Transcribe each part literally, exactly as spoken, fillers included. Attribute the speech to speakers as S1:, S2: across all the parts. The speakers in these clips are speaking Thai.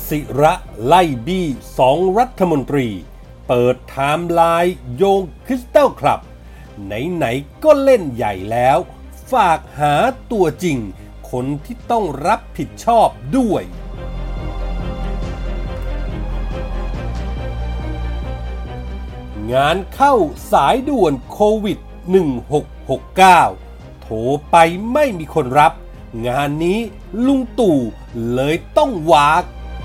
S1: ศิระไล่บี้สองรัฐมนตรีเปิดไทม์ไลน์โยงคริสตัลคลับไหนๆก็เล่นใหญ่แล้วฝากหาตัวจริงคนที่ต้องรับผิดชอบด้วยงานเข้าสายด่วนโควิดหนึ่งหกหกเก้าโทรไปไม่มีคนรับงานนี้ลุงตู่เลยต้องวาก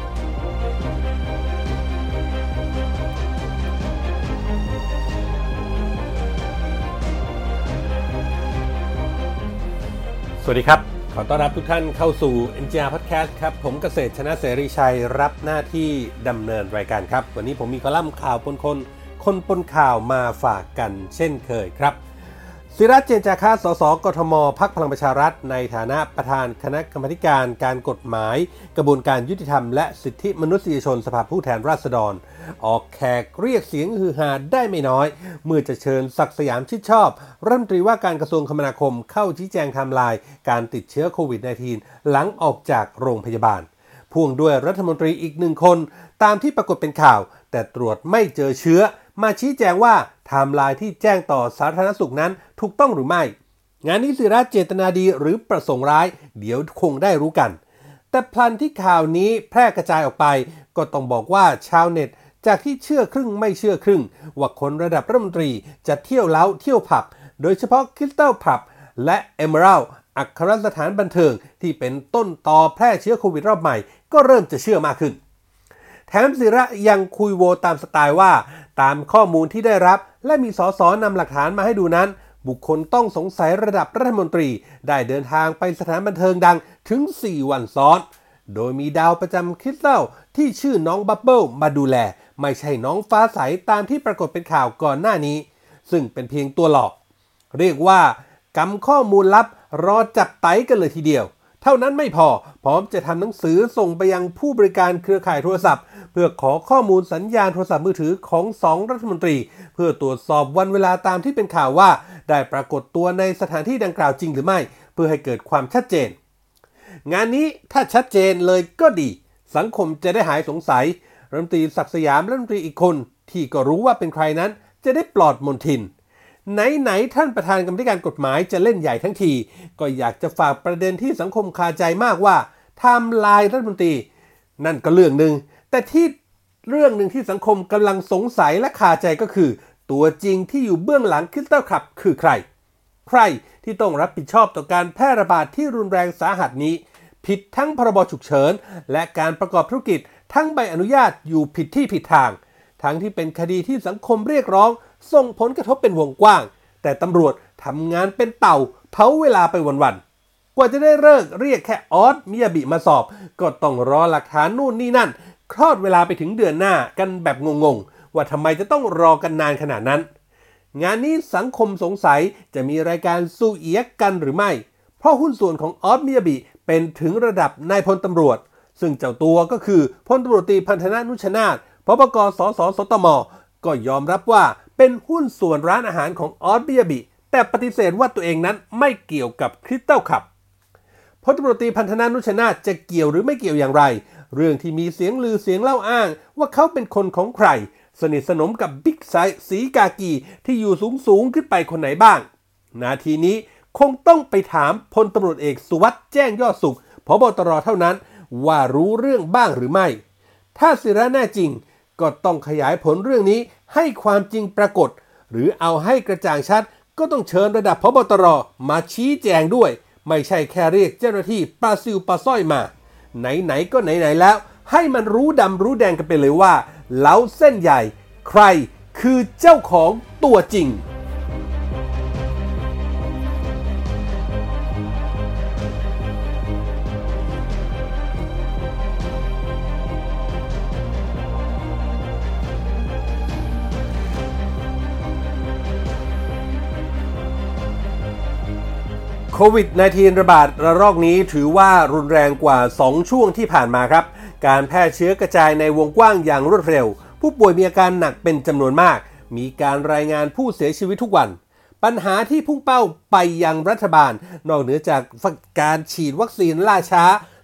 S1: สวัสดีครับขอต้อนรับทุกท่านเข้าสู่ เอ็น จี อาร์ Podcast ครับผมเกษตรชนะเสรีชัยรับหน้าที่ดำเนินรายการครับวันนี้ผมมีคอลัมน์ข่าวปนคนคนปนข่าวมาฝากกันเช่นเคยครับศิระเจนจาคะสสกทมพรรคพลังประชารัฐในฐานะประธานคณะกรรมาการการกฎหมายกระบวนการยุติธรรมและสิทธิมนุษยชนสภาผู้แทนราษฎรออกแขกเรียกเสียงฮือฮาได้ไม่น้อยเมื่อจะเชิญศักดิ์สยามชิดชอบรัฐมนตรีว่าการกระทรวงคมนาคมเข้าชี้แจงไทม์ไลน์การติดเชื้อโควิด สิบเก้า หลังออกจากโรงพยาบาลพ่วงด้วยรัฐมนตรีอีกหนึ่งคนตามที่ปรากฏเป็นข่าวแต่ตรวจไม่เจอเชื้อมาชี้แจงว่าไทม์ไลน์ที่แจ้งต่อสาธารณสุขนั้นถูกต้องหรือไม่งานนี้ศิระเจตนาดีหรือประสงค์ร้ายเดี๋ยวคงได้รู้กันแต่พลันที่ข่าวนี้แพร่กระจายออกไปก็ต้องบอกว่าชาวเน็ตจากที่เชื่อครึ่งไม่เชื่อครึ่งว่าคนระดับรัฐมนตรีจะเที่ยวเล้าเที่ยวผับโดยเฉพาะคริสตัลผับและเอเมอรัลด์อัครสถานบันเทิงที่เป็นต้นตอแพร่เชื้อโควิดรอบใหม่ก็เริ่มจะเชื่อมากขึ้นแถมศิระยังคุยโวตามสไตล์ว่าตามข้อมูลที่ได้รับและมีสสนำหลักฐานมาให้ดูนั้นบุคคลต้องสงสัยระดับรัฐมนตรีได้เดินทางไปสถานบันเทิงดังถึงสี่วันซ้อนโดยมีดาวประจำคริสตัลที่ชื่อน้องบับเบิ้ลมาดูแลไม่ใช่น้องฟ้าใสตามที่ปรากฏเป็นข่าวก่อนหน้านี้ซึ่งเป็นเพียงตัวหลอกเรียกว่ากำข้อมูลลับรอจับไตกันเลยทีเดียวเท่านั้นไม่พอพร้อมจะทำหนังสือส่งไปยังผู้บริการเครือข่ายโทรศัพท์เพื่อขอข้อมูลสัญญาณโทรศัพท์มือถือของสองรัฐมนตรีเพื่อตรวจสอบวันเวลาตามที่เป็นข่าวว่าได้ปรากฏตัวในสถานที่ดังกล่าวจริงหรือไม่เพื่อให้เกิดความชัดเจนงานนี้ถ้าชัดเจนเลยก็ดีสังคมจะได้หายสงสัยรัฐมนตรีศักดิ์สยามรัฐมนตรีอีกคนที่ก็รู้ว่าเป็นใครนั้นจะได้ปลอดมลทินไหนๆท่านประธานกรรมการกฎหมายจะเล่นใหญ่ทั้งทีก็อยากจะฝากประเด็นที่สังคมคาใจมากว่าไทม์ไลน์รัฐมนตรีนั่นก็เรื่องนึงแต่ที่เรื่องนึงที่สังคมกำลังสงสัยและคาใจก็คือตัวจริงที่อยู่เบื้องหลังคริสตัลคลับคือใครใครที่ต้องรับผิดชอบต่อการแพร่ระบาดที่รุนแรงสาหัสนี้ผิดทั้งพรบฉุกเฉินและการประกอบธุรกิจทั้งใบอนุญาตอยู่ผิดที่ผิดทางทั้งที่เป็นคดีที่สังคมเรียกร้องส่งผลกระทบเป็นวงกว้างแต่ตำรวจทำงานเป็นเต่าเผาเวลาไปวันๆกว่าจะได้เลิกเรียกแค่ออสมิยาบิมาสอบก็ต้องรอหลักฐานนู่นนี่นั่นคลอดเวลาไปถึงเดือนหน้ากันแบบงงๆว่าทำไมจะต้องรอกันนานขนาดนั้นงานนี้สังคมสงสัยจะมีรายการซูเอียกกันหรือไม่เพราะหุ้นส่วนของออสมิยาบิเป็นถึงระดับนายพลตำรวจซึ่งเจ้าตัวก็คือพลตำรวจตรีพันธนานุชนาถผบก.สสสตม.ก็ยอมรับว่าเป็นหุ้นส่วนร้านอาหารของออสมิยาบิแต่ปฏิเสธว่าตัวเองนั้นไม่เกี่ยวกับคริสตัลคลับพลตำรวจตรีพันธนานุชนาถจะเกี่ยวหรือไม่เกี่ยวอย่างไรเรื่องที่มีเสียงลือเสียงเล่าอ้างว่าเขาเป็นคนของใครสนิทสนมกับบิ๊กไซส์สีกากีที่อยู่สูงสูงขึ้นไปคนไหนบ้างนาทีนี้คงต้องไปถามพลตำรวจเอกสุวัสด์แจ้งยอดสุขผบตรเท่านั้นว่ารู้เรื่องบ้างหรือไม่ถ้าศิระแน่จริงก็ต้องขยายผลเรื่องนี้ให้ความจริงปรากฏหรือเอาให้กระจ่างชัดก็ต้องเชิญระดับผบตรมาชี้แจงด้วยไม่ใช่แค่เรียกเจ้าหน้าที่ปลาซิวปลาสร้อยมาไหนๆก็ไหนๆแล้วให้มันรู้ดำรู้แดงกันไปเลยว่าเล้าเส้นใหญ่ใครคือเจ้าของตัวจริงโควิด สิบเก้า ระบาดระลอกนี้ถือว่ารุนแรงกว่าสองช่วงที่ผ่านมาครับการแพร่เชื้อกระจายในวงกว้างอย่างรวดเร็วผู้ป่วยมีอาการหนักเป็นจำนวนมากมีการรายงานผู้เสียชีวิตทุกวันปัญหาที่พุ่งเป้าไปยังรัฐบาลนอกเหนือจากการฉีดวัคซีนล่าช้า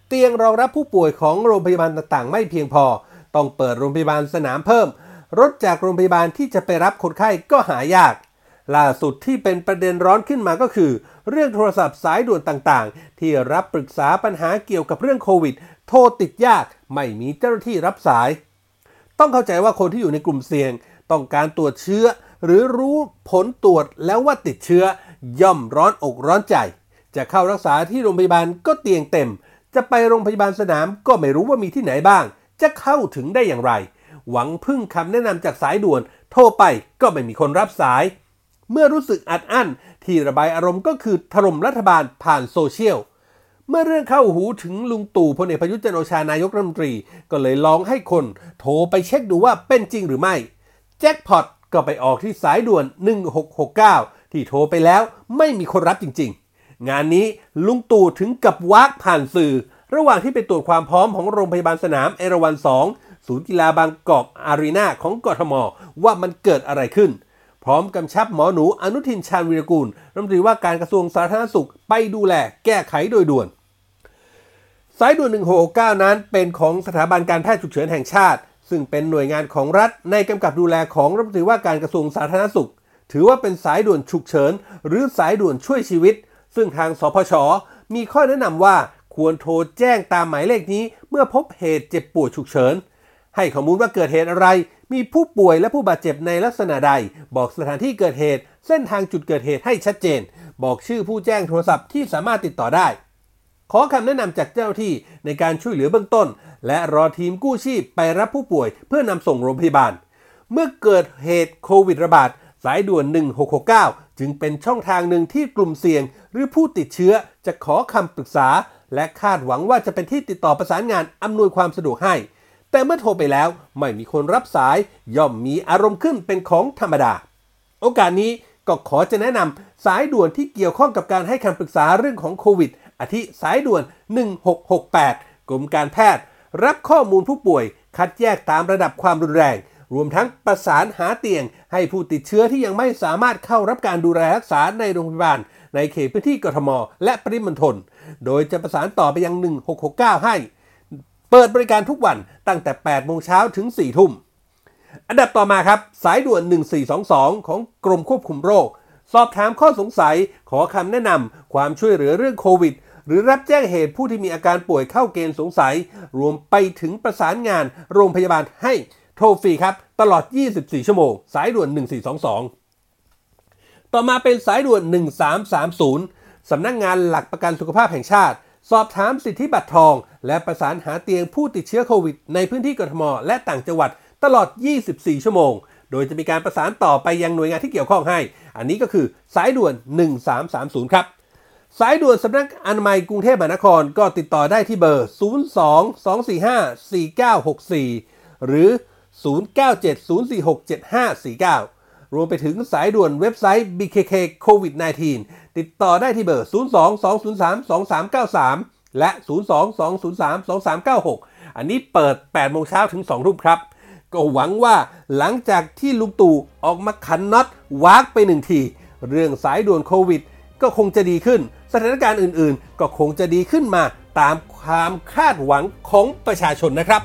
S1: เตียงรองรับผู้ป่วยของโรงพยาบาลต่างๆไม่เพียงพอต้องเปิดโรงพยาบาลสนามเพิ่มรถจากโรงพยาบาลที่จะไปรับคนไข้ก็หายากล่าสุดที่เป็นประเด็นร้อนขึ้นมาก็คือเรื่องโทรศัพท์สายด่วนต่างๆที่รับปรึกษาปัญหาเกี่ยวกับเรื่องโควิดโทรติดยากไม่มีเจ้าหน้าที่รับสายต้องเข้าใจว่าคนที่อยู่ในกลุ่มเสี่ยงต้องการตรวจเชื้อหรือรู้ผลตรวจแล้วว่าติดเชื้อย่อมร้อนอกร้อนใจจะเข้ารักษาที่โรงพยาบาลก็เตียงเต็มจะไปโรงพยาบาลสนามก็ไม่รู้ว่ามีที่ไหนบ้างจะเข้าถึงได้อย่างไรหวังพึ่งคำแนะนำจากสายด่วนโทรไปก็ไม่มีคนรับสายเมื่อรู้สึกอัดอั้นที่ระบายอารมณ์ก็คือถล่มรัฐบาลผ่านโซเชียลเมื่อเรื่องเข้าหูถึงลุงตู่พลเอกประยุทธ์จันทร์โอชานายกรัฐมนตรีก็เลยลองให้คนโทรไปเช็คดูว่าเป็นจริงหรือไม่แจ็คพอตก็ไปออกที่สายด่วนหนึ่งหกหกเก้าที่โทรไปแล้วไม่มีคนรับจริงๆงานนี้ลุงตู่ถึงกับวากผ่านสื่อระหว่างที่ไปตรวจความพร้อมของโรงพยาบาลสนามเอราวัณสองศูนย์กีฬาบางกอกอารีนาของกทมว่ามันเกิดอะไรขึ้นพร้อมกำชับหมอหนูอนุทินชาญวีรกูลรัฐมนตรีว่าการกระทรวงสาธารณสุขไปดูแลแก้ไขโดยด่วนสายด่วนหนึ่งหกหกเก้านั้นเป็นของสถาบันการแพทย์ฉุกเฉินแห่งชาติซึ่งเป็นหน่วยงานของรัฐในกำกับดูแลของรัฐมนตรีว่าการกระทรวงสาธารณสุขถือว่าเป็นสายด่วนฉุกเฉินหรือสายด่วนช่วยชีวิตซึ่งทางสพช.มีข้อแนะนำว่าควรโทรแจ้งตามหมายเลขนี้เมื่อพบเหตุเจ็บป่วยฉุกเฉินให้ข้อมูลว่าเกิดเหตุอะไรมีผู้ป่วยและผู้บาดเจ็บในลักษณะใดบอกสถานที่เกิดเหตุเส้นทางจุดเกิดเหตุให้ชัดเจนบอกชื่อผู้แจ้งโทรศัพท์ที่สามารถติดต่อได้ขอคำแนะนำจากเจ้าหน้าที่ในการช่วยเหลือเบื้องต้นและรอทีมกู้ชีพไปรับผู้ป่วยเพื่อนำส่งโรงพยาบาลเมื่อเกิดเหตุโควิดระบาดสายด่วนหนึ่งหกหกเก้าจึงเป็นช่องทางหนึ่งที่กลุ่มเสี่ยงหรือผู้ติดเชื้อจะขอคำปรึกษาและคาดหวังว่าจะเป็นที่ติดต่อประสานงานอำนวยความสะดวกให้แต่เมื่อโทรไปแล้วไม่มีคนรับสายย่อมมีอารมณ์ขึ้นเป็นของธรรมดาโอกาสนี้ก็ขอจะแนะนำสายด่วนที่เกี่ยวข้องกับการให้คำปรึกษาเรื่องของโควิดอาทิสายด่วนหนึ่งหกหกแปดกรมการแพทย์รับข้อมูลผู้ป่วยคัดแยกตามระดับความรุนแรงรวมทั้งประสานหาเตียงให้ผู้ติดเชื้อที่ยังไม่สามารถเข้ารับการดูแลรักษาในโรงพยาบาลในเขตพื้นที่กทมและปริมณฑลโดยจะประสานต่อไปยังหนึ่งหกหกเก้าให้เปิดบริการทุกวันตั้งแต่แปดโมงเช้าถึงสี่ทุ่มอันดับต่อมาครับสายด่วนหนึ่งสี่สองสองของกรมควบคุมโรคสอบถามข้อสงสัยขอคำแนะนำความช่วยเหลือเรื่องโควิดหรือรับแจ้งเหตุผู้ที่มีอาการป่วยเข้าเกณฑ์สงสัยรวมไปถึงประสานงานโรงพยาบาลให้โทรฟรีครับตลอดยี่สิบสี่ชั่วโมงสายด่วนหนึ่งสี่สองสองต่อมาเป็นสายด่วนหนึ่งสามสามศูนย์สำนักงานหลักประกันสุขภาพแห่งชาติสอบถามสิทธิบัตรทองและประสานหาเตียงผู้ติดเชื้อโควิดในพื้นที่กทมและต่างจังหวัดตลอดยี่สิบสี่ชั่วโมงโดยจะมีการประสานต่อไปยังหน่วยงานที่เกี่ยวข้องให้อันนี้ก็คือสายด่วนหนึ่งสามสามศูนย์ครับสายด่วนสำนักอนามัยกรุงเทพมหานครก็ติดต่อได้ที่เบอร์ศูนย์ สอง สอง สี่ ห้า สี่ เก้า หก สี่หรือศูนย์ เก้า เจ็ด ศูนย์ สี่ หก เจ็ด ห้า สี่ เก้ารวมไปถึงสายด่วนเว็บไซต์ บี เค เค โควิด สิบเก้า ติดต่อได้ที่เบอร์ศูนย์ สอง สอง ศูนย์ สาม สอง สาม เก้า สามและศูนย์ สอง สอง ศูนย์ สาม สอง สาม เก้า หกอันนี้เปิดแปดโมงเช้าถึงสองทุ่มครับก็หวังว่าหลังจากที่ลุงตู่ออกมาขันน็อตวากไปหนึ่งทีเรื่องสายด่วนโควิดก็คงจะดีขึ้นสถานการณ์อื่นๆก็คงจะดีขึ้นมาตามความคาดหวังของประชาชนนะครับ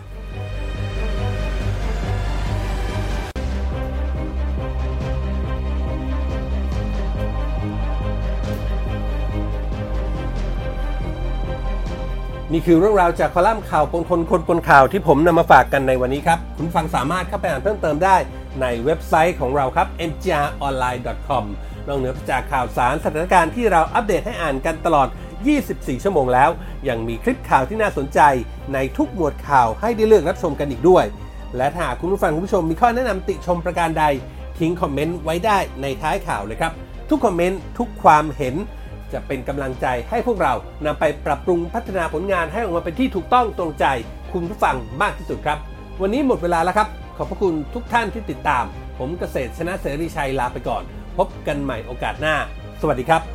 S1: นี่คือเรื่องราวจากคอลัมน์ข่าวปนคนคนปนข่าวที่ผมนำมาฝากกันในวันนี้ครับคุณฟังสามารถเข้าไปอ่านเพิ่มเติมได้ในเว็บไซต์ของเราครับ เอ็ม จี อาร์ ออนไลน์ ดอท คอม นอกเหนือจากข่าวสารสถานการณ์ที่เราอัปเดตให้อ่านกันตลอดยี่สิบสี่ชั่วโมงแล้วยังมีคลิปข่าวที่น่าสนใจในทุกหมวดข่าวให้ได้เลือกรับชมกันอีกด้วยและถ้าคุณผู้ฟังคุณผู้ชมมีข้อแนะนำติชมประการใดทิ้งคอมเมนต์ไว้ได้ในท้ายข่าวเลยครับทุกคอมเมนต์ทุกความเห็นจะเป็นกำลังใจให้พวกเรานำไปปรับปรุงพัฒนาผลงานให้ออกมาเป็นที่ถูกต้องตรงใจคุณผู้ฟังมากที่สุดครับวันนี้หมดเวลาแล้วครับขอบพระคุณทุกท่านที่ติดตามผมเกษตรชนะเสรีชัยลาไปก่อนพบกันใหม่โอกาสหน้าสวัสดีครับ